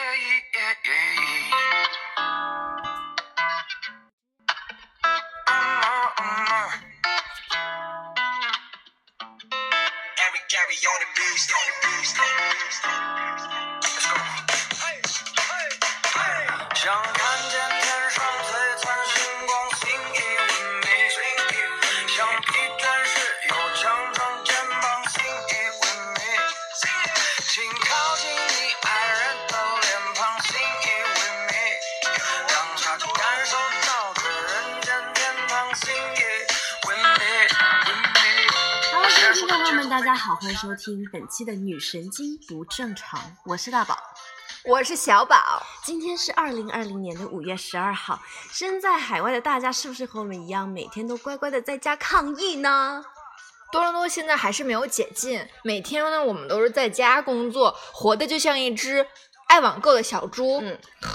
想看见天上璀璨星光，心意温明，像疲倦时有强壮肩膀，心意温明，请靠近你爱人的脸庞，心意温明，让他感受到这人间天堂，心意温明。 Hello， 各位听众朋友们，大家好，欢迎收听本期的女神经不正常，我是大宝。 我是小宝。 今天是2020年的5月12号，身在海外的大家是不是和我们一样，每天都乖乖的在家抗疫呢？ 多伦多现在还是没有解禁，每天呢我们都是在家工作，活的就像一只爱网购的小猪。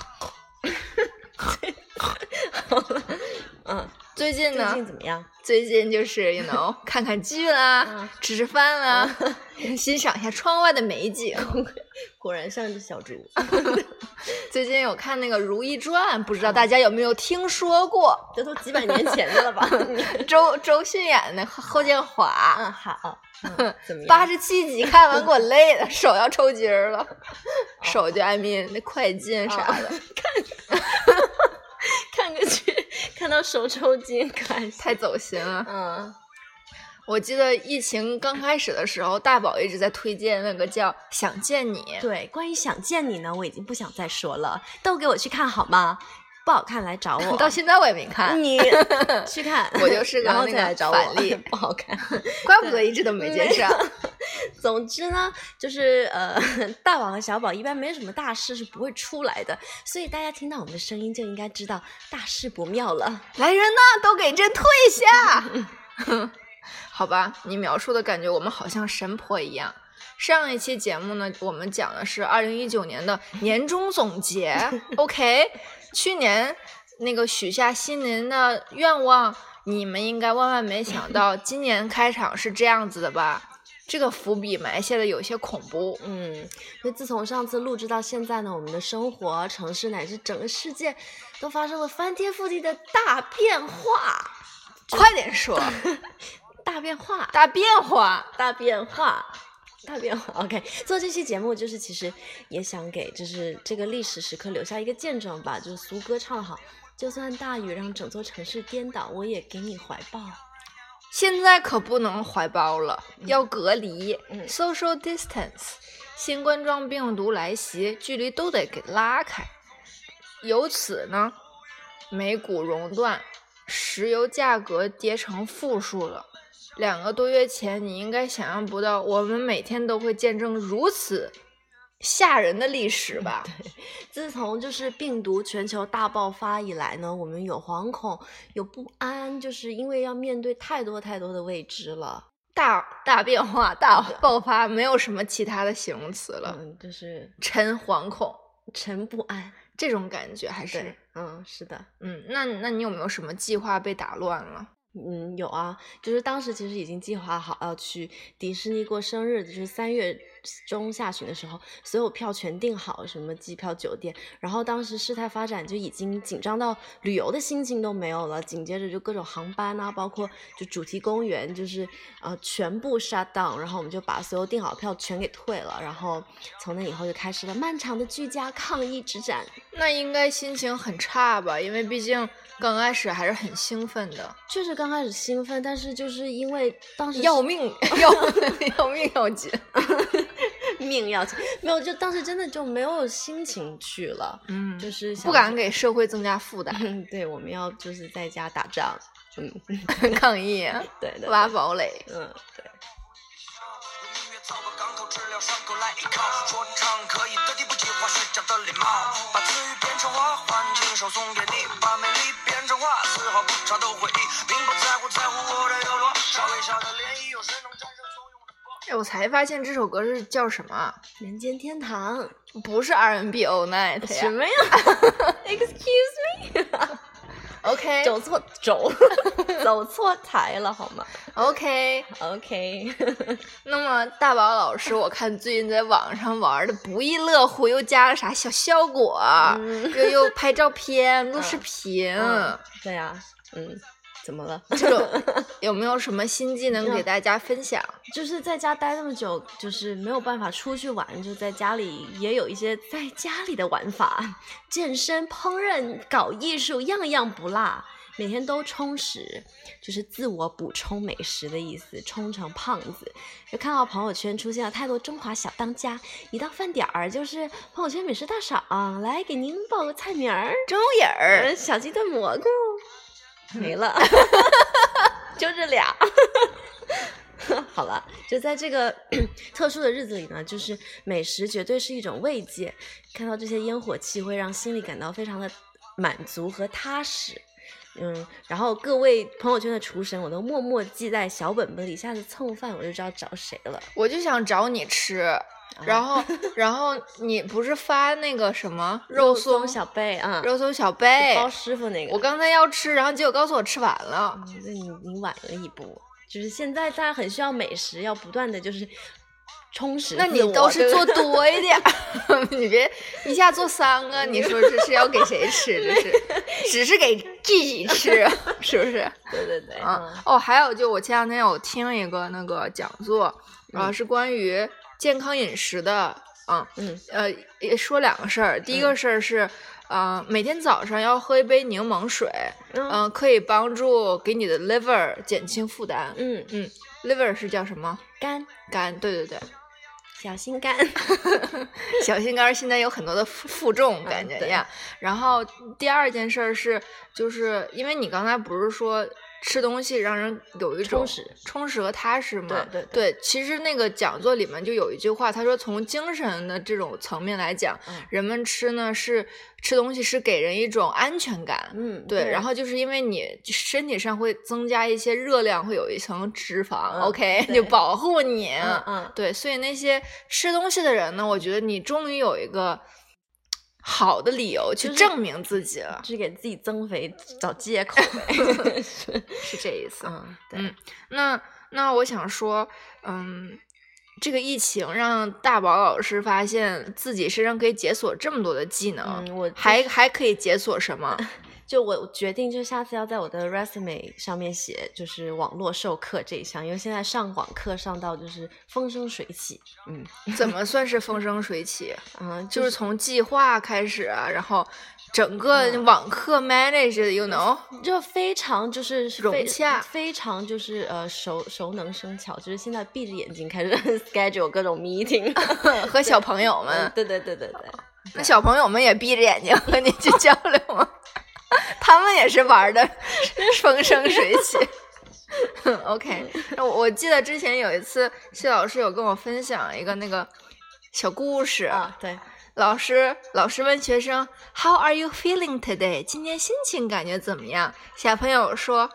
最近呢？ 最近怎么样？ 最近就是看看剧啦，吃吃饭啦，欣赏一下窗外的美景。 果然像只小猪。 最近有看那个《如懿传》，不知道大家有没有听说过？ 这都几百年前的了吧？ 周迅演的后建华。 好。怎么 87 样集看完给我累的，手要抽筋了，手就那快进啥的。 看个剧看到手抽筋， 太走心了。我记得疫情刚开始的时候，大宝一直在推荐那个叫《想见你》。 对，关于《想见你》呢，我已经不想再说了，都给我去看好吗？不好看来找我。 到现在我也没看。 你去看， 我就是个那个反例， 不好看， 怪不得一直都没见上。 总之呢，就是大宝和小宝一般没什么大事是不会出来的，所以大家听到我们的声音就应该知道大事不妙了。 来人呐，都给朕退下！好吧，你描述的感觉我们好像神婆一样。上一期节目呢，我们讲的是2019年的年终总结。OK， 去年那个许下新年的愿望，你们应该万万没想到，今年开场是这样子的吧？这个伏笔埋下的有些恐怖。 所以自从上次录制到现在呢，我们的生活、城市乃至整个世界都发生了翻天覆地的大变化。 快点说。 大变化。OK， 做这期节目就是其实也想给就是这个历史时刻留下一个见证吧，就是俗歌唱得好，就算大雨让整座城市颠倒，我也给你怀抱。 现在可不能怀抱了，要隔离，social distance， 新冠状病毒来袭，距离都得给拉开。由此呢，美股熔断，石油价格跌成负数了。2个多月前，你应该想象不到，我们每天都会见证如此吓人的历史吧？ 对，自从就是病毒全球大爆发以来呢，我们有惶恐，有不安，就是因为要面对太多的未知了。 大变化，大爆发，没有什么其他的形容词了。 就是沉惶恐， 沉不安， 这种感觉还是。 是的。 那你有没有什么计划被打乱了？ 有啊，就是当时其实已经计划好要去迪士尼过生日，就是3月中下旬的时候，所有票全订好，什么机票、酒店，然后当时事态发展就已经紧张到旅游的心情都没有了，紧接着就各种航班啊，包括就主题公园，就是全部 shut down， 然后我们就把所有订好票全给退了，然后从那以后就开始了漫长的居家抗疫之战。 那应该心情很差吧，因为毕竟刚开始还是很兴奋的。 确实刚开始兴奋，但是就是因为当时要命要紧命要紧，没有，就当时真的就没有心情去了。就是不敢给社会增加负担。 对，我们要就是在家打仗， 抗议， 对， 挖堡垒。 对。 上口来依靠，说唱可以得体不计划虚假的礼貌，把词语变成花，换亲手送给你，把美丽变成花，丝毫不差的回忆，并不在乎我的有多少微小的涟漪，有谁能战胜汹涌的波。 我才发现这首歌是叫什么？ 人间天堂， 不是 R&B All Night 呀？ 什么呀？Excuse me OK 走错台了好吗 OK， ？OK， 那么大宝老师，我看最近在网上玩的不亦乐乎，又加了啥小效果，又拍照片、录视频。 对呀，怎么了？ 这种有没有什么新技能给大家分享？ 就是在家待那么久，就是没有办法出去玩，就在家里也有一些在家里的玩法，健身、烹饪、搞艺术，样样不落。每天都充实，就是自我补充美食的意思，充成胖子。就看到朋友圈出现了太多中华小当家，一到饭点儿就是朋友圈美食大赏，来给您报个菜名儿， 钟影儿、 小鸡炖蘑菇，没了，就这俩。好了，就在这个特殊的日子里呢，就是美食绝对是一种慰藉，看到这些烟火气会让心里感到非常的满足和踏实。然后各位朋友圈的厨神，我都默默记在小本本里，下次蹭饭我就知道找谁了。 我就想找你吃，然后你不是发那个什么肉松小贝啊， 肉松小贝包师傅那个， 我刚才要吃，然后结果告诉我吃完了。 那你晚了一步，就是现在大家很需要美食，要不断的就是充实自我。 那你倒是做多一点，你别一下做3个，你说这是要给谁吃？这是只是给自己吃，是不是？ 对还有就我前两天有听一个那个讲座，是关于健康饮食的，也说2个事儿。第一个事儿是，每天早上要喝一杯柠檬水，可以帮助给你的 liver 减轻负担。liver 是叫什么？肝，对。 小心肝， 小心肝现在有很多的负重感觉呀。然后第二件事是，就是因为你刚才不是说吃东西让人有一种充实和踏实嘛？对，其实那个讲座里面就有一句话，他说从精神的这种层面来讲，人们吃东西是给人一种安全感。对。然后就是因为你身体上会增加一些热量，会有一层脂肪，OK， 就保护你。对，所以那些吃东西的人呢，我觉得你终于有一个好的理由去证明自己了， 就是给自己增肥找借口呗。 是这意思。 对。 那我想说，这个疫情让大宝老师发现自己身上可以解锁这么多的技能，我还可以解锁什么？ 就我决定，就下次要在我的 resume 上面写，就是网络授课这一项，因为现在上网课上到就是风生水起。 怎么算是风生水起？就是从计划开始啊，然后整个网课 manage，you know， 就非常就是融洽， 非常就是熟能生巧，就是现在闭着眼睛开始 schedule 各种 meeting 和小朋友们。 对。 那小朋友们也闭着眼睛和你去交流吗？他们也是玩的风生水起。OK， 我记得之前有一次谢老师有跟我分享一个那个小故事。 对， 老师问学生 How are you feeling today？ 今天心情感觉怎么样？小朋友说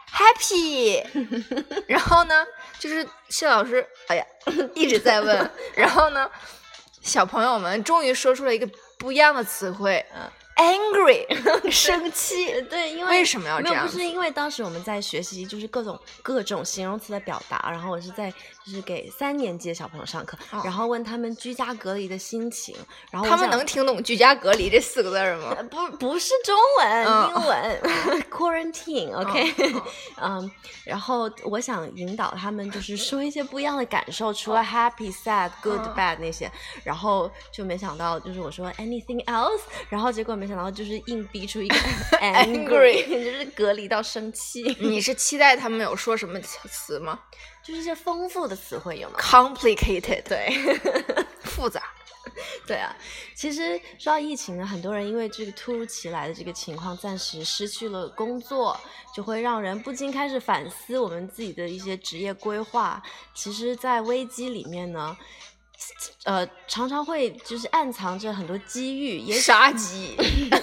Happy。然后呢，就是谢老师一直在问，然后呢，小朋友们终于说出了一个不一样的词汇。angry 生气。 对，因为什么要这样？ 不是因为当时我们在学习就是各种形容词的表达，然后我是在就是给3年级的小朋友上课，然后问他们居家隔离的心情，然后他们能听懂居家隔离这4个字吗？ 不是中文，英文quarantine OK。然后我想引导他们就是说一些不一样的感受，除了 happy sad good bad 那些，然后就没想到就是我说 anything else， 然后结果没想到就是硬逼出一个 angry 就是隔离到生气。 你是期待他们有说什么词吗？ 就是一些丰富的词汇有吗 ？Complicated， 对， 复杂。 对啊，其实说到疫情呢，很多人因为这个突如其来的这个情况，暂时失去了工作，就会让人不禁开始反思我们自己的一些职业规划。其实，在危机里面呢，常常会就是暗藏着很多机遇， 杀机。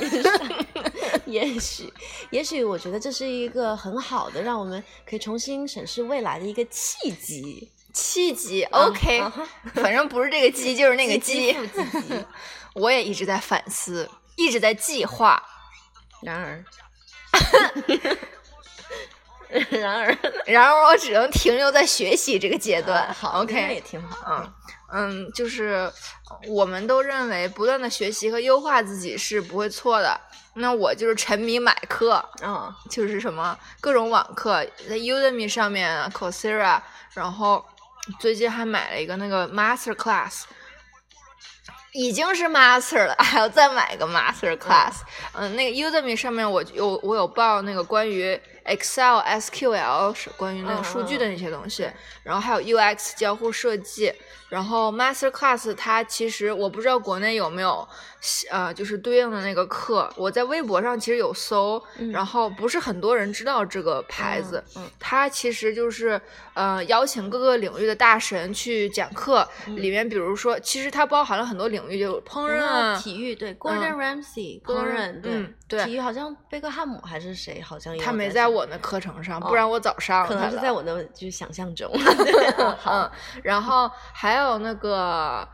也许我觉得这是一个很好的让我们可以重新审视未来的一个契机。 OK，反正不是这个鸡就是那个鸡。我也一直在反思，一直在计划。 然而然而我只能停留在学习这个阶段。 好 ，OK， 那也挺好。 就是我们都认为不断的学习和优化自己是不会错的。那我就是沉迷买课，就是什么各种网课，在 Udemy 上面 Coursera， 然后最近还买了一个那个 Master Class。已经是 master 了，还要再买个 master class。那个 Udemy 上面我有报那个关于 Excel、SQL 是关于那个数据的那些东西，然后还有 UX 交互设计。然后 master class 它其实我不知道国内有没有就是对应的那个课，我在微博上其实有搜，然后不是很多人知道这个牌子。它其实就是邀请各个领域的大神去讲课，里面比如说其实它包含了很多领域，就烹饪啊、 体育，对 Gordon Ramsay 烹饪，对，体育好像贝克汉姆还是谁好像有， 他没在我那课程上，不然我早上可能是在我的就是想象中。 然后还有那个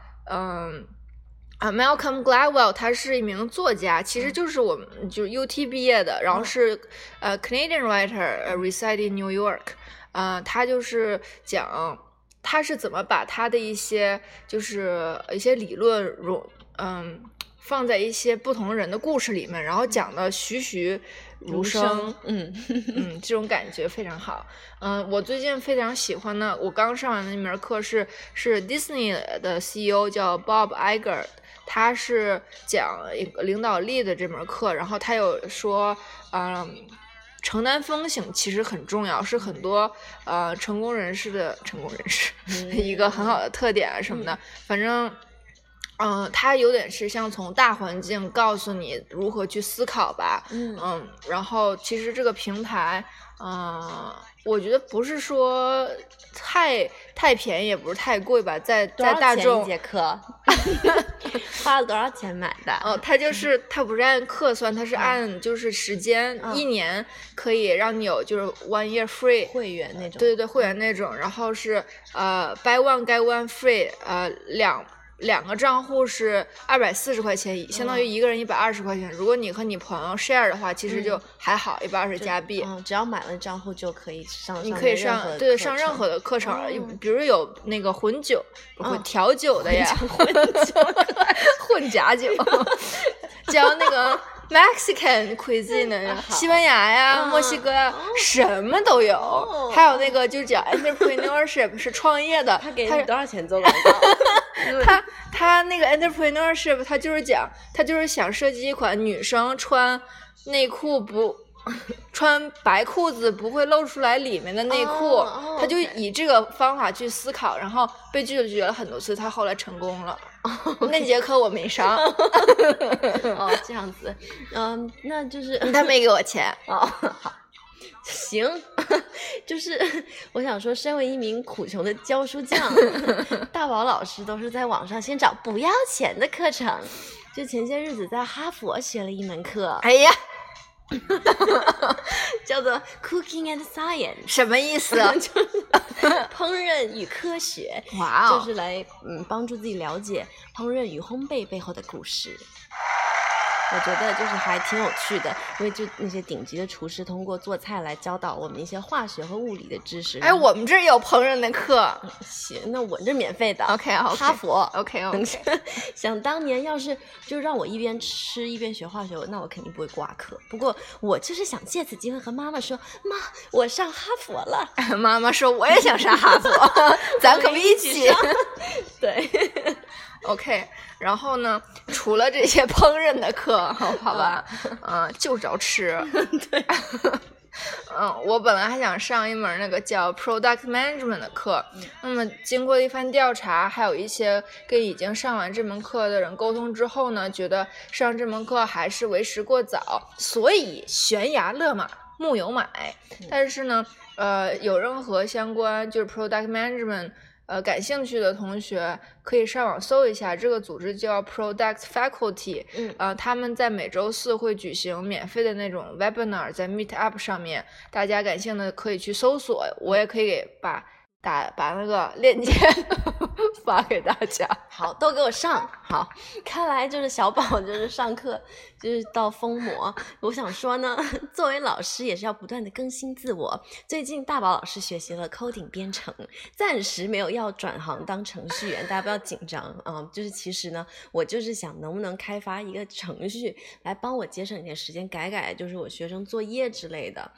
Malcolm Gladwell 他是一名作家，其实就是我们就是 UT 毕业的，然后是Canadian writer reside in New York。他就是讲他是怎么把他的一些就是一些理论放在一些不同人的故事里面，然后讲的栩栩如生。这种感觉非常好。我最近非常喜欢的，我刚上完的那门课是 Disney 的 CEO 叫 Bob Iger， 他是讲领导力的这门课，然后他有说承担风险其实很重要，是很多成功人士一个很好的特点啊什么的。反正它有点是像从大环境告诉你如何去思考吧。然后其实这个平台我觉得不是说太便宜，也不是太贵吧，在大众一节课花了多少钱买的？ 它不是按课算，它是按就是时间，一年可以让你有就是 one year free 会员那种。 对，会员那种。然后是buy one get one free，两个账户是240块钱，相当于一个人120块钱。如果你和你朋友 share 的话，其实就还好，120加币。 只要买了账户就可以上， 你可以上任何的课程，比如有那个混酒、调酒的呀，混假酒，教那个 Mexican cuisine 的，西班牙呀、墨西哥呀，什么都有。还有那个就是讲 entrepreneurship 是创业的， 他给你多少钱做广告？ 他那个 entrepreneurship 他就是想设计一款女生穿内裤穿白裤子不会露出来里面的内裤，他就以这个方法去思考，然后被拒绝了很多次，他后来成功了。那节课我没上。 这样子。那就是他没给我钱。 好。行，就是我想说，身为一名苦穷的教书匠，大宝老师都是在网上先找不要钱的课程。就前些日子在哈佛学了一门课， 哎呀， 叫做 Cooking and Science， 什么意思？ 就是烹饪与科学。 哇就是来帮助自己了解烹饪与烘焙背后的故事。我觉得就是还挺有趣的，因为就那些顶级的厨师通过做菜来教导我们一些化学和物理的知识。 我们这儿有烹饪的课。 行，那我这免费的。 OK， 哈佛。 OK。 想当年要是就让我一边吃一边学化学，那我肯定不会挂科。不过我就是想借此机会和妈妈说，妈，我上哈佛了。 妈妈说我也想上哈佛，咱可不一起。 对。 OK， 然后呢，除了这些烹饪的课，好吧，就着吃。 对。 我本来还想上一门那个叫 Product Management 的课，那么经过一番调查，还有一些跟已经上完这门课的人沟通之后呢，觉得上这门课还是为时过早，所以悬崖勒马，木有买。但是呢，有任何相关就是 Product Management感兴趣的同学可以上网搜一下，这个组织叫 Product Faculty。他们在每周4会举行免费的那种 webinar， 在 Meetup 上面，大家感兴趣的可以去搜索，我也可以把那个链接发给大家。 好，都给我上。好，看来就是小宝就是上课就是到疯魔。我想说呢，作为老师也是要不断的更新自我。最近大宝老师学习了 coding 编程，暂时没有要转行当程序员，大家不要紧张啊。就是其实呢，我就是想能不能开发一个程序来帮我节省一点时间，改就是我学生作业之类的，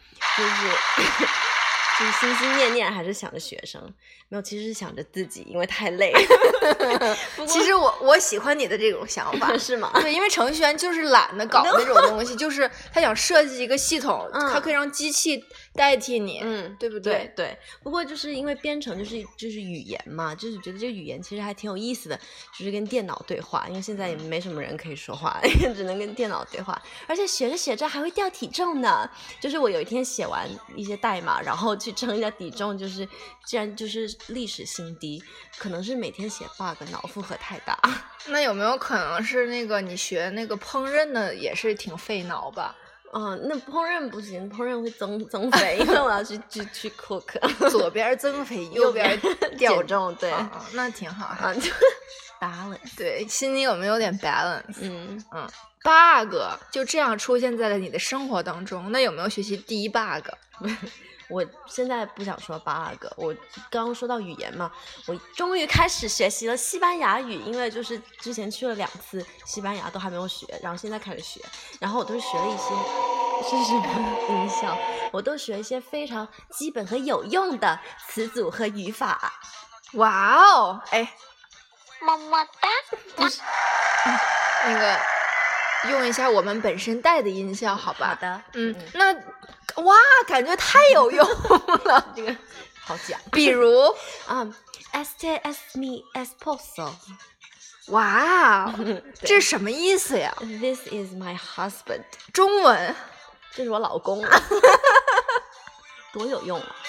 就是心心念念还是想着学生，没有，其实是想着自己，因为太累。 其实我喜欢你的这种想法， 是吗？ 对，因为程序员就是懒得搞那种东西，就是他想设计一个系统，他可以让机器代替你，对不对？ 对。不过就是因为编程就是语言嘛，就是觉得这个语言其实还挺有意思的，就是跟电脑对话，因为现在也没什么人可以说话，只能跟电脑对话，而且学着学着还会掉体重呢。就是我有一天写完一些代码，然后去称一下体重，就是竟然就是历史新低，可能是每天写 bug 脑负荷太大。 那有没有可能是那个你学那个烹饪的也是挺费脑吧？ 那烹饪不行，烹饪会增肥，因为我要去 cook。 左边增肥，右边掉重，对， 那挺好啊。balance， 对，心里有没有点 balance？bug 就这样出现在了你的生活当中，那有没有学习第一 bug？ 我现在不想说bug，我刚刚说到语言嘛，我终于开始学习了西班牙语，因为就是之前去了2次西班牙都还没有学，然后现在开始学，然后我都是学了一些是什么音效，我都学一些非常基本和有用的词组和语法。 哇哦，哎， 么么哒， 不是， 那个用一下我们本身带的音效，好吧？ 好的， 那哇，感觉太有用了， 这个好讲。 比如 este es mi esposo， 哇，这是什么意思呀 ？This is my husband， 中文， 这是我老公，多有用啊！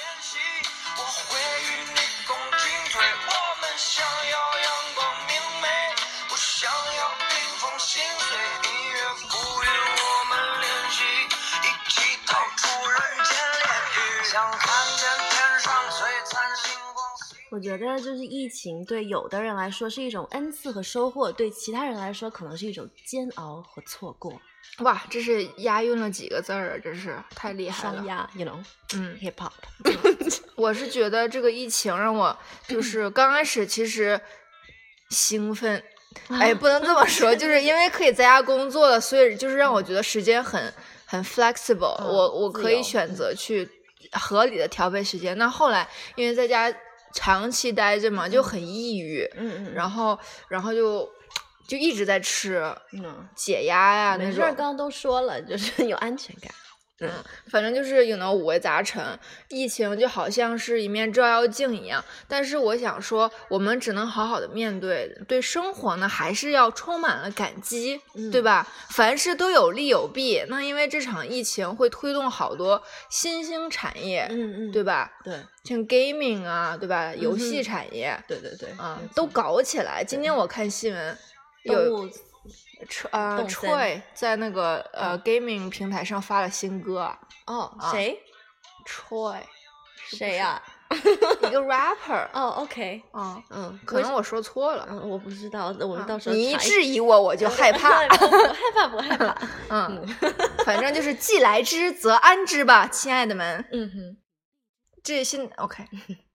我觉得就是疫情对有的人来说是一种恩赐和收获，对其他人来说可能是一种煎熬和错过。 哇，这是押韵了几个字儿啊！真是太厉害了， 双押 ，you know， hip hop。 我是觉得这个疫情让我就是刚开始其实兴奋，哎，不能这么说，就是因为可以在家工作了，所以就是让我觉得时间很 flexible，我可以选择去合理的调配时间。那后来因为在家长期待着嘛，就很抑郁，然后就一直在吃，解压呀那种。 没事，刚刚都说了，就是有安全感。 反正就是五味杂陈，疫情就好像是一面照妖镜一样。但是我想说，我们只能好好的面对，对生活呢还是要充满了感激，对吧？凡事都有利有弊。那因为这场疫情会推动好多新兴产业，对吧？ 对， 像 gaming 啊，对吧？游戏产业， 对， 都搞起来。今天我看新闻有。Troy 在那个gaming 平台上发了新歌。 谁 ？Troy 谁呀？ 一个 rapper。 OK。 可能我说错了。 我不知道，我们到时候你一质疑我就害怕。 不害怕。 反正就是既来之则安之吧，亲爱的们。这新 OK。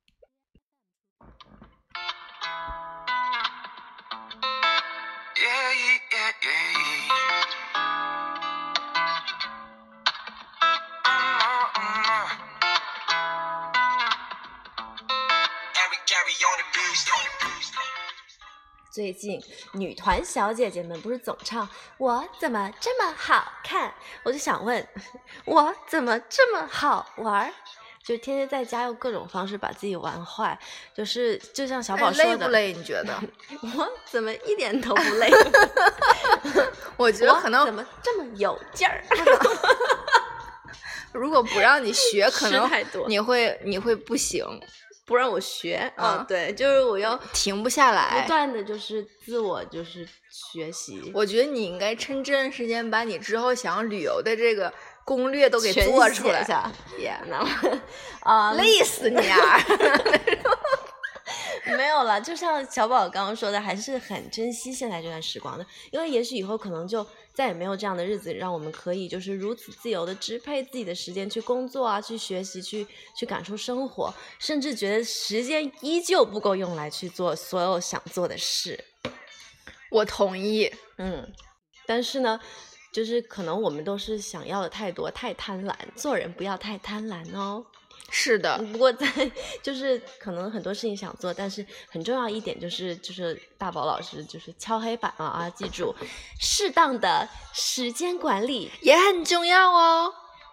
最近女团小姐姐们不是总唱我怎么这么好看，我就想问我怎么这么好玩，就天天在家用各种方式把自己玩坏，就像小宝说的， 累不累？你觉得？ 我怎么一点都不累？ 我觉得可能怎么这么有劲儿？ 如果不让你学，可能太多你会不行。 不让我学对，就是我要停不下来， 不断的就是自我就是学习。 我觉得你应该趁这段时间把你之后想要旅游的这个攻略都给做出来。 累死你啊！ 没有了，就像小宝刚刚说的，还是很珍惜现在这段时光的，因为也许以后可能就再也没有这样的日子，让我们可以就是如此自由的支配自己的时间去工作啊，去学习，去感受生活，甚至觉得时间依旧不够用来去做所有想做的事。 我同意。 但是呢，就是可能我们都是想要的太多，太贪婪，做人不要太贪婪哦。 是的， 不过就是可能很多事情想做，但是很重要一点就是大宝老师就是敲黑板啊，记住适当的时间管理也很重要哦。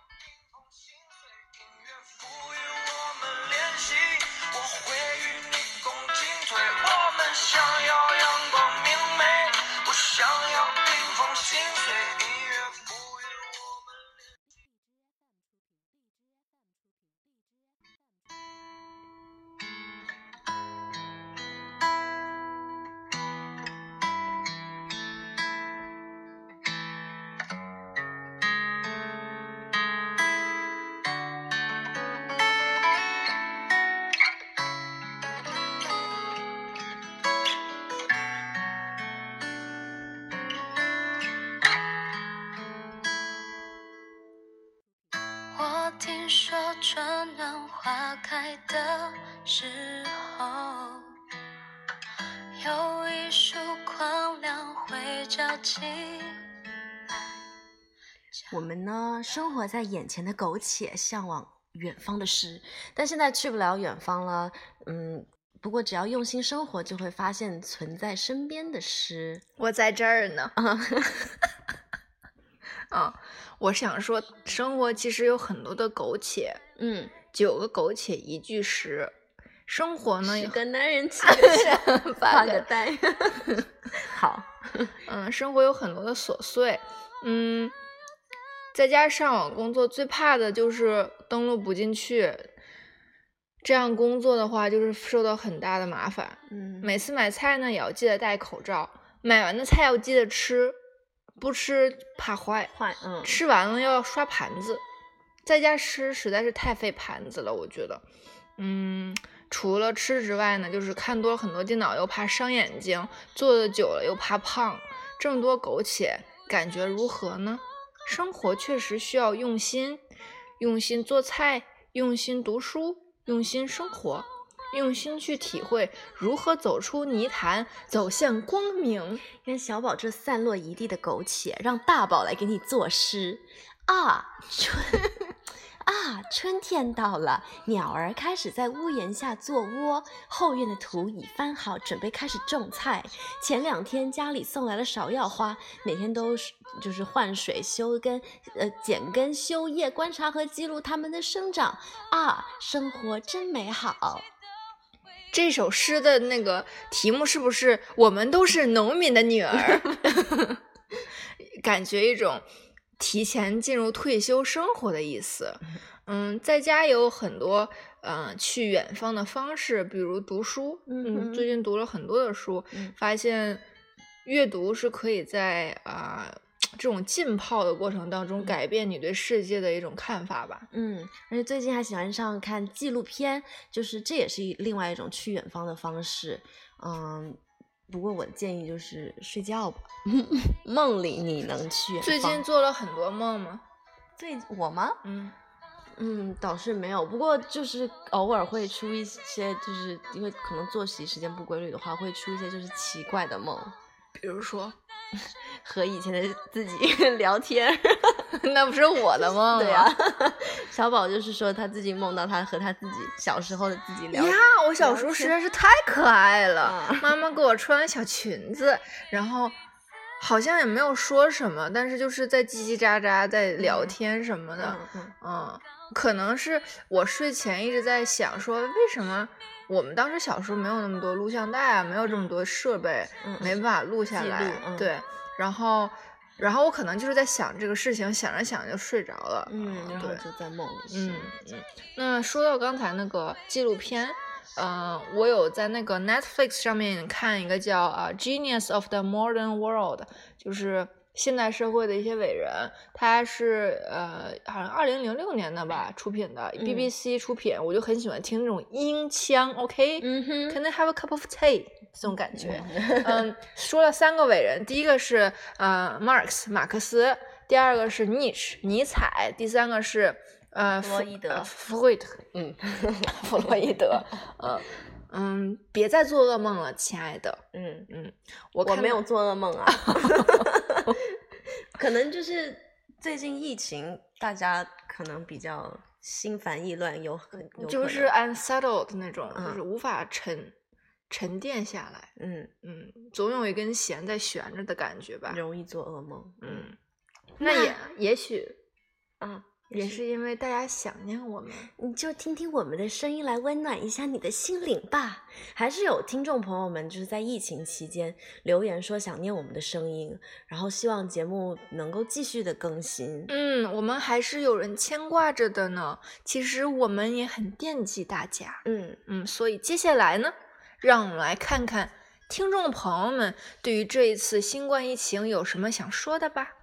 听说春暖花开的时候，有一束光亮会照进来。 我们呢，生活在眼前的苟且，向往远方的诗，但现在去不了远方了。不过只要用心生活，就会发现存在身边的诗。 我在这儿呢。我想说，生活其实有很多的苟且。9个苟且一句诗。生活呢 10个男人起发个呆。好。 生活有很多的琐碎。在家上网工作最怕的就是登录不进去，这样工作的话就是受到很大的麻烦。每次买菜呢也要记得戴口罩，买完的菜要记得吃，不吃怕坏。吃完了要刷盘子，在家吃实在是太费盘子了，我觉得。除了吃之外呢，就是看多了很多电脑又怕伤眼睛，坐的久了又怕胖，这么多苟且，感觉如何呢？生活确实需要用心，用心做菜，用心读书，用心生活，用心去体会如何走出泥潭，走向光明。 看小宝这散落一地的苟且，让大宝来给你作诗啊！春天到了，鸟儿开始在屋檐下做窝，后院的土已翻好，准备开始种菜。前2天家里送来了芍药花，每天都就是换水、修根、剪根、修叶，观察和记录它们的生长。生活真美好。 这首诗的那个题目是不是我们都是农民的女儿？感觉一种提前进入退休生活的意思。在家有很多去远方的方式，比如读书。最近读了很多的书，发现阅读是可以在这种浸泡的过程当中改变你对世界的一种看法吧。 而且最近还喜欢上看纪录片，就是这也是另外一种去远方的方式。不过我的建议就是睡觉吧。梦里你能去远方。 最近做了很多梦吗？ 我吗？倒是没有，不过就是偶尔会出一些，就是因为可能作息时间不规律的话，会出一些就是奇怪的梦。 比如说和以前的自己聊天。 那不是我的梦吗？ 对呀。小宝就是说他自己梦到他和他自己小时候的自己聊天。 我小时候实在是太可爱了。妈妈给我穿小裙子，然后好像也没有说什么，但是就是在叽叽喳喳在聊天什么的。可能是我睡前一直在想说，为什么我们当时小时候没有那么多录像带啊，没有这么多设备，没办法录下来。对，然后我可能就是在想这个事情，想着想着就睡着了。 然后就在梦里。 那说到刚才那个纪录片，我有在那个 Netflix 上面看一个叫Genius of the Modern World， 就是现代社会的一些伟人，他是好像2006年的吧出品的，BBC 出品，我就很喜欢听这种音腔 ，OK， Can I have a cup of tea 这种感觉。说了3个伟人，第一个是马克思，第二个是尼采，第三个是弗洛伊德，弗洛伊德，别再做噩梦了，亲爱的。 我没有做噩梦啊。可能就是最近疫情，大家可能比较心烦意乱，有就是 unsettled 那种，就是无法沉淀下来。总有一根弦在悬着的感觉吧， 容易做噩梦。 那也许也是因为大家想念我们， 你就听听我们的声音来温暖一下你的心灵吧。还是有听众朋友们就是在疫情期间留言说想念我们的声音，然后希望节目能够继续的更新。 我们还是有人牵挂着的呢。其实我们也很惦记大家。所以接下来呢，让我们来看看听众朋友们对于这一次新冠疫情有什么想说的吧。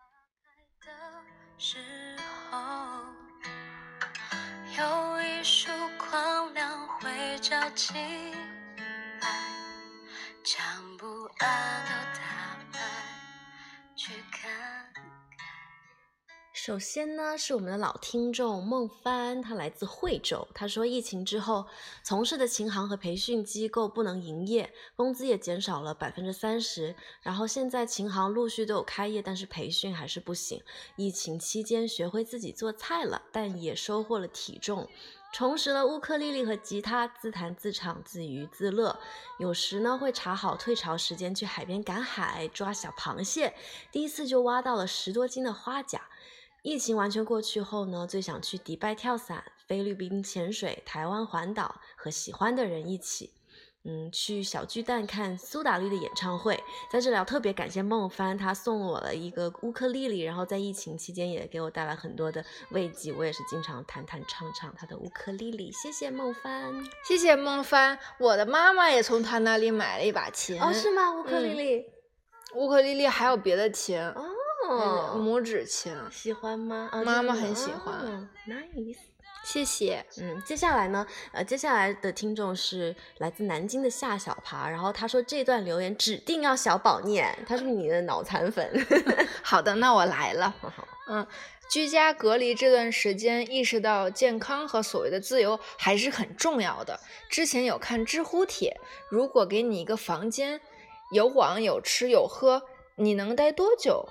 有一束光亮会照进来，将不安都打败，去看看。 首先呢，是我们的老听众孟帆，他来自惠州。他说，疫情之后，从事的琴行和培训机构不能营业，工资也减少了30%。然后现在琴行陆续都有开业，但是培训还是不行。疫情期间学会自己做菜了，但也收获了体重。重拾了乌克丽丽和吉他，自弹自唱，自娱自乐。有时呢，会查好退潮时间去海边赶海，抓小螃蟹。第一次就挖到了10多斤的花甲。疫情完全过去后呢，最想去迪拜跳伞、菲律宾潜水、台湾环岛，和喜欢的人一起。去小巨蛋看苏打绿的演唱会。在这里要特别感谢孟帆，他送我了一个乌克丽丽，然后在疫情期间也给我带来很多的慰藉，我也是经常弹弹唱唱他的乌克丽丽。谢谢孟帆。 谢谢孟帆，我的妈妈也从他那里买了一把琴。 是吗？乌克丽丽？ 乌克丽丽还有别的琴拇指琴。 喜欢吗？ 妈妈很喜欢。 Nice。 谢谢。 接下来呢，接下来的听众是来自南京的夏小爬，然后他说这段留言指定要小宝念，他是你的脑残粉。 好的，那我来了。居家隔离这段时间，意识到健康和所谓的自由还是很重要的。之前有看知乎帖，如果给你一个房间，有网有吃有喝，你能待多久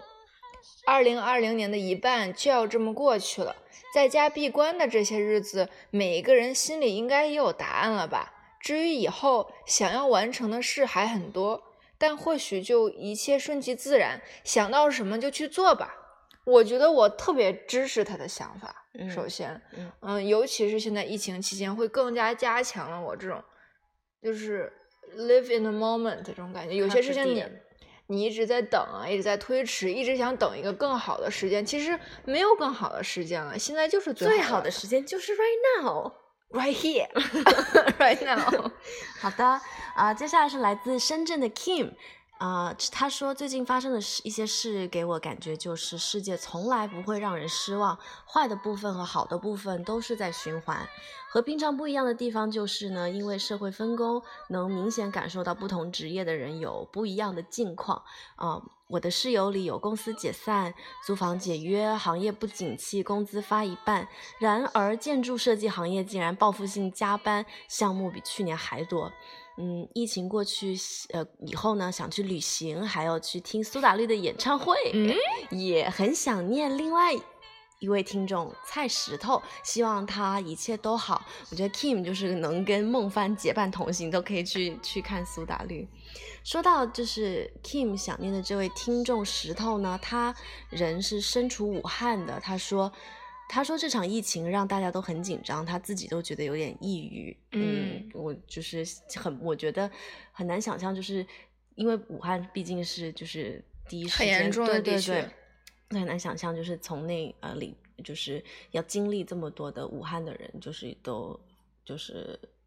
？2020年的一半就要这么过去了，在家闭关的这些日子，每一个人心里应该也有答案了吧？至于以后想要完成的事还很多，但或许就一切顺其自然，想到什么就去做吧。我觉得我特别支持他的想法。首先，尤其是现在疫情期间，会更加加强了我这种就是 live in the moment 这种感觉。有些事情你一直在等啊，一直在推迟，一直想等一个更好的时间，其实没有更好的时间了，现在就是最好的时间，就是 right now right here right now 好的接下来是来自深圳的 Kim。他说最近发生的一些事给我感觉就是世界从来不会让人失望，坏的部分和好的部分都是在循环。和平常不一样的地方就是呢，因为社会分工，能明显感受到不同职业的人有不一样的境况。我的室友里有公司解散、租房解约、行业不景气、工资发一半。然而建筑设计行业竟然报复性加班，项目比去年还多。疫情过去以后呢，想去旅行，还有去听苏打绿的演唱会，也很想念另外一位听众蔡石头，希望他一切都好。我觉得 Kim 就是能跟孟帆结伴同行，都可以去看苏打绿。说到就是 Kim 想念的这位听众石头呢，他人是身处武汉的，他说这场疫情让大家都很紧张，他自己都觉得有点抑郁。我就是我觉得很难想象，就是因为武汉毕竟是就是第一时间很严重的地区， 很难想象就是从那里就是要经历这么多的武汉的人，就是都就是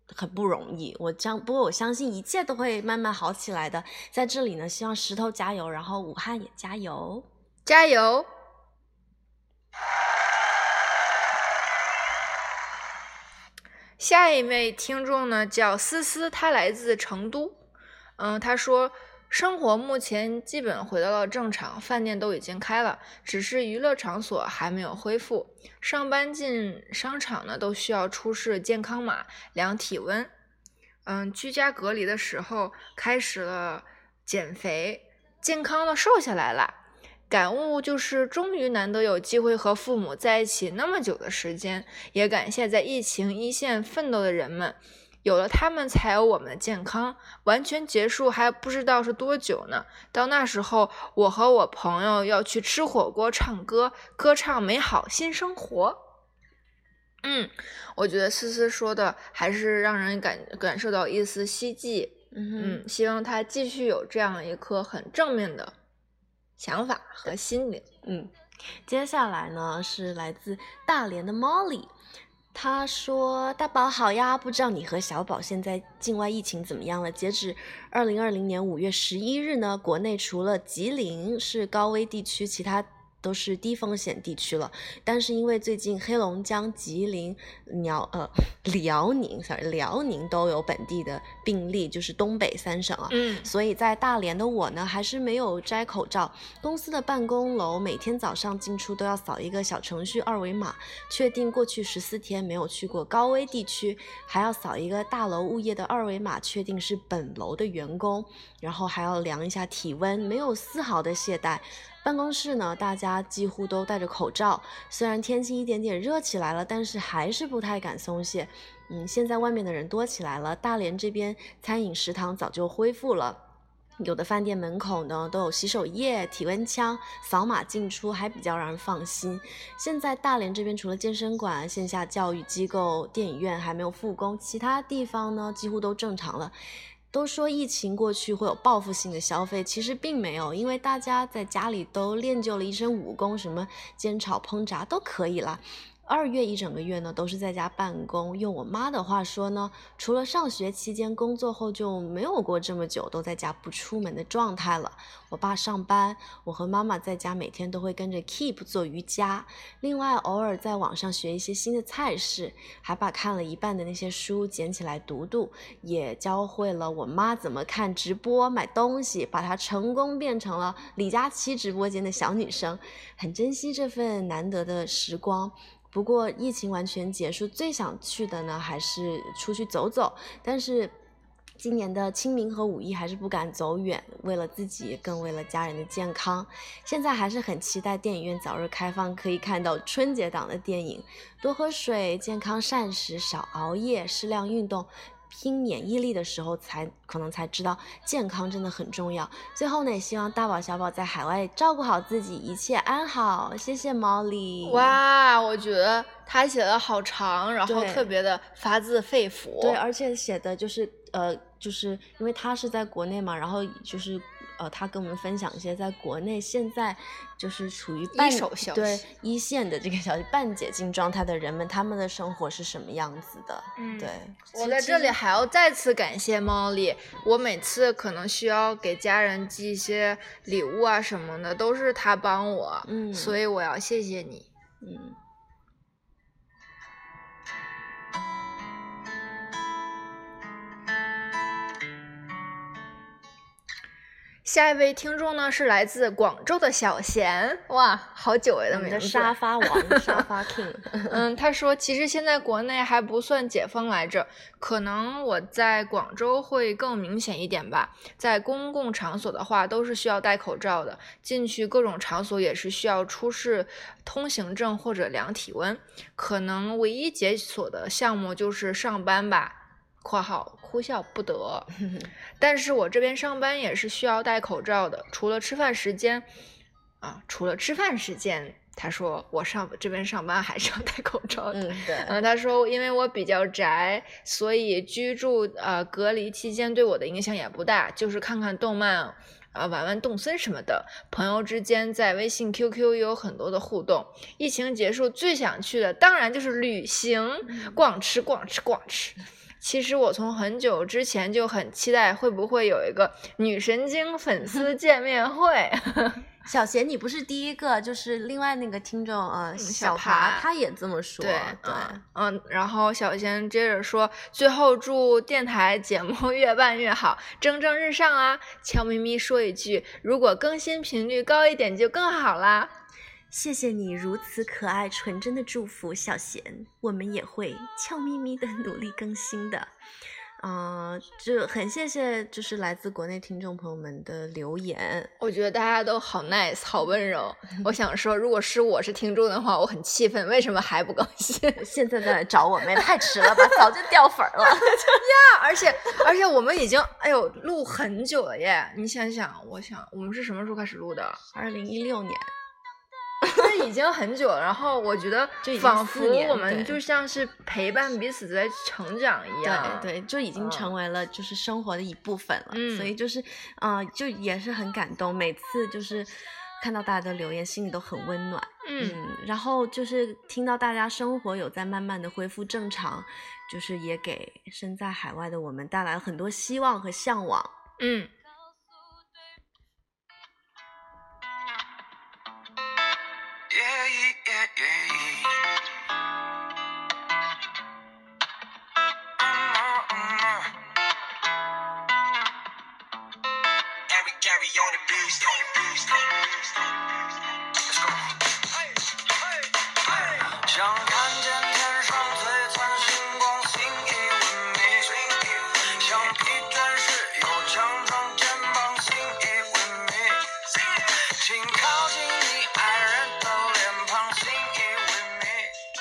很不容易。不过我相信一切都会慢慢好起来的。在这里呢，希望石头加油，然后武汉也加油， 加油！下一位听众呢叫思思，他来自成都。他说生活目前基本回到了正常，饭店都已经开了，只是娱乐场所还没有恢复。上班进商场呢都需要出示健康码量体温。居家隔离的时候开始了减肥，健康的瘦下来了。感悟就是终于难得有机会和父母在一起那么久的时间，也感谢在疫情一线奋斗的人们，有了他们才有我们的健康。完全结束还不知道是多久呢，到那时候我和我朋友要去吃火锅唱歌，歌唱美好新生活。我觉得思思说的还是让人感受到一丝希冀。希望他继续有这样一颗很正面的想法和心灵。 接下来呢是来自大连的 Molly， 他说大宝好呀，不知道你和小宝现在境外疫情怎么样了？截止2020年5月11日呢，国内除了吉林是高危地区，其他都是低风险地区了。但是因为最近黑龙江、吉林、辽宁都有本地的病例，就是东北3省啊。所以在大连的我呢，还是没有摘口罩。公司的办公楼每天早上进出都要扫一个小程序2维码，确定过去14天没有去过高危地区，还要扫一个大楼物业的2维码，确定是本楼的员工，然后还要量一下体温，没有丝毫的懈怠。办公室呢，大家几乎都戴着口罩，虽然天气一点点热起来了，但是还是不太敢松懈。现在外面的人多起来了，大连这边餐饮食堂早就恢复了，有的饭店门口呢都有洗手液、体温枪，扫码进出还比较让人放心。现在大连这边除了健身馆、线下教育机构、电影院还没有复工，其他地方呢几乎都正常了。都说疫情过去会有报复性的消费，其实并没有，因为大家在家里都练就了一身武功，什么煎炒烹炸都可以了。2月一整个月呢都是在家办公，用我妈的话说呢，除了上学期间，工作后就没有过这么久都在家不出门的状态了。我爸上班，我和妈妈在家每天都会跟着 Keep 做瑜伽，另外偶尔在网上学一些新的菜式，还把看了一半的那些书捡起来读，也教会了我妈怎么看直播买东西，把她成功变成了李佳琦直播间的小女生，很珍惜这份难得的时光。不过疫情完全结束，最想去的呢还是出去走走，但是今年的清明和5一还是不敢走远，为了自己更为了家人的健康。现在还是很期待电影院早日开放，可以看到春节档的电影。多喝水，健康膳食，少熬夜，适量运动，拼免疫力的时候可能才知道健康真的很重要。最后呢，也希望大宝小宝在海外照顾好自己，一切安好。谢谢毛利。 哇，我觉得他写的好长，然后特别的发自肺腑。 对，而且写的就是因为他是在国内嘛，然后就是他跟我们分享一些在国内现在就是处于一手消息， 对一线的这个消息，半解禁状态的人们，他们的生活是什么样子的。对， 我在这里还要再次感谢猫莉，我每次可能需要给家人寄一些礼物啊什么的，都是他帮我，所以我要谢谢你。下一位听众呢是来自广州的小贤，哇，好久违的名字， 我们的沙发王沙发 king。 他说其实现在国内还不算解封来着，可能我在广州会更明显一点吧。在公共场所的话都是需要戴口罩的，进去各种场所也是需要出示通行证或者量体温。可能唯一解锁的项目就是上班吧。括号哭笑不得，但是我这边上班也是需要戴口罩的，除了吃饭时间，他说我这边上班还是要戴口罩的。 对。 他说因为我比较宅，所以居住隔离期间对我的影响也不大，就是看看动漫。玩玩动森什么的，朋友之间在微信 QQ 也有很多的互动。疫情结束最想去的当然就是旅行，逛吃。 其实我从很久之前就很期待会不会有一个女神经粉丝见面会。 小贤，你不是第一个，就是另外那个听众小爬他也这么说。 对，然后小贤接着说，最后祝电台节目越办越好，蒸蒸日上啦！悄咪咪说一句，如果更新频率高一点就更好啦。 谢谢你如此可爱纯真的祝福，小贤，我们也会悄咪咪的努力更新的。就很谢谢就是来自国内听众朋友们的留言， 我觉得大家都好 nice 好温柔。我想说，如果我是听众的话，我很气愤，为什么还不更新？ 现在再来找我们也太迟了吧，早就掉粉了呀！ 而且我们已经录很久了耶，你想想，我们是什么时候开始录的 ？2016年。 那已经很久了，然后我觉得仿佛我们就像是陪伴彼此在成长一样， 对，就已经成为了就是生活的一部分了。所以就是就也是很感动，每次就是看到大家的留言，心里都很温暖。然后就是听到大家生活有在慢慢的恢复正常，就是也给身在海外的我们带来了很多希望和向往。 想看见天上璀璨星光，心已昏迷，像疲倦时有强壮肩膀，心已昏迷，请靠近你爱人的脸庞，心已昏迷。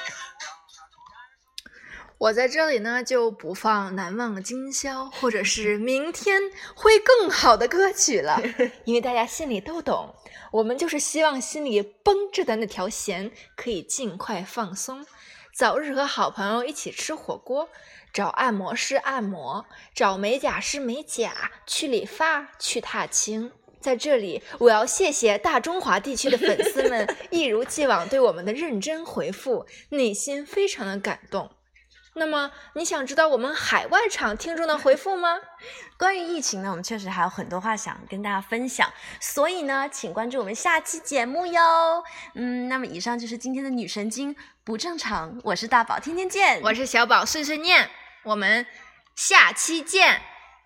我在这里呢就不放难忘今宵或者是明天会更好的歌曲了，因为大家心里都懂，我们就是希望心里绷着的那条弦可以尽快放松，早日和好朋友一起吃火锅，找按摩师按摩，找美甲师美甲，去理发，去踏青。在这里我要谢谢大中华地区的粉丝们一如既往对我们的认真回复，内心非常的感动。那么你想知道我们海外场听众的回复吗？ 关于疫情呢，我们确实还有很多话想跟大家分享，所以呢请关注我们下期节目哟。那么以上就是今天的女神经不正常，我是大宝，天天见。 我是小宝，碎碎念，我们下期见。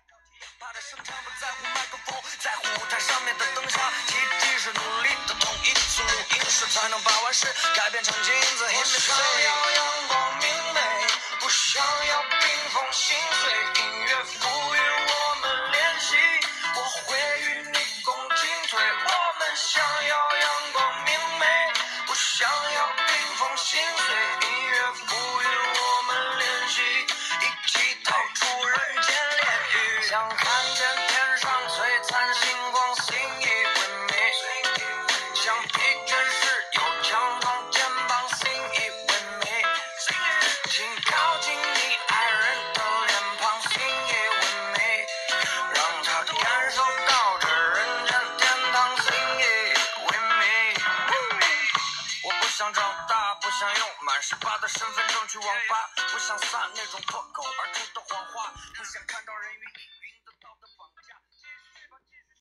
在舞台上面的灯下，奇迹是努力的同一次录音室才能把完事改变成镜子。我想要阳光明媚，不想要冰封心碎，音乐赋予我们练习，我会与你共进退。我们想要阳光明媚，不想要冰封心碎，音乐赋予我们练习，一起逃出人间炼狱。想看见天上璀璨星光，心已昏迷，像疲倦时有强壮肩膀，心已昏迷，请靠近你爱人的脸庞，心已昏迷，让他感受到这人间天堂，心已昏迷。我不想长大，不想用满18的身份证去网吧，不想撒那种破口而出的谎话。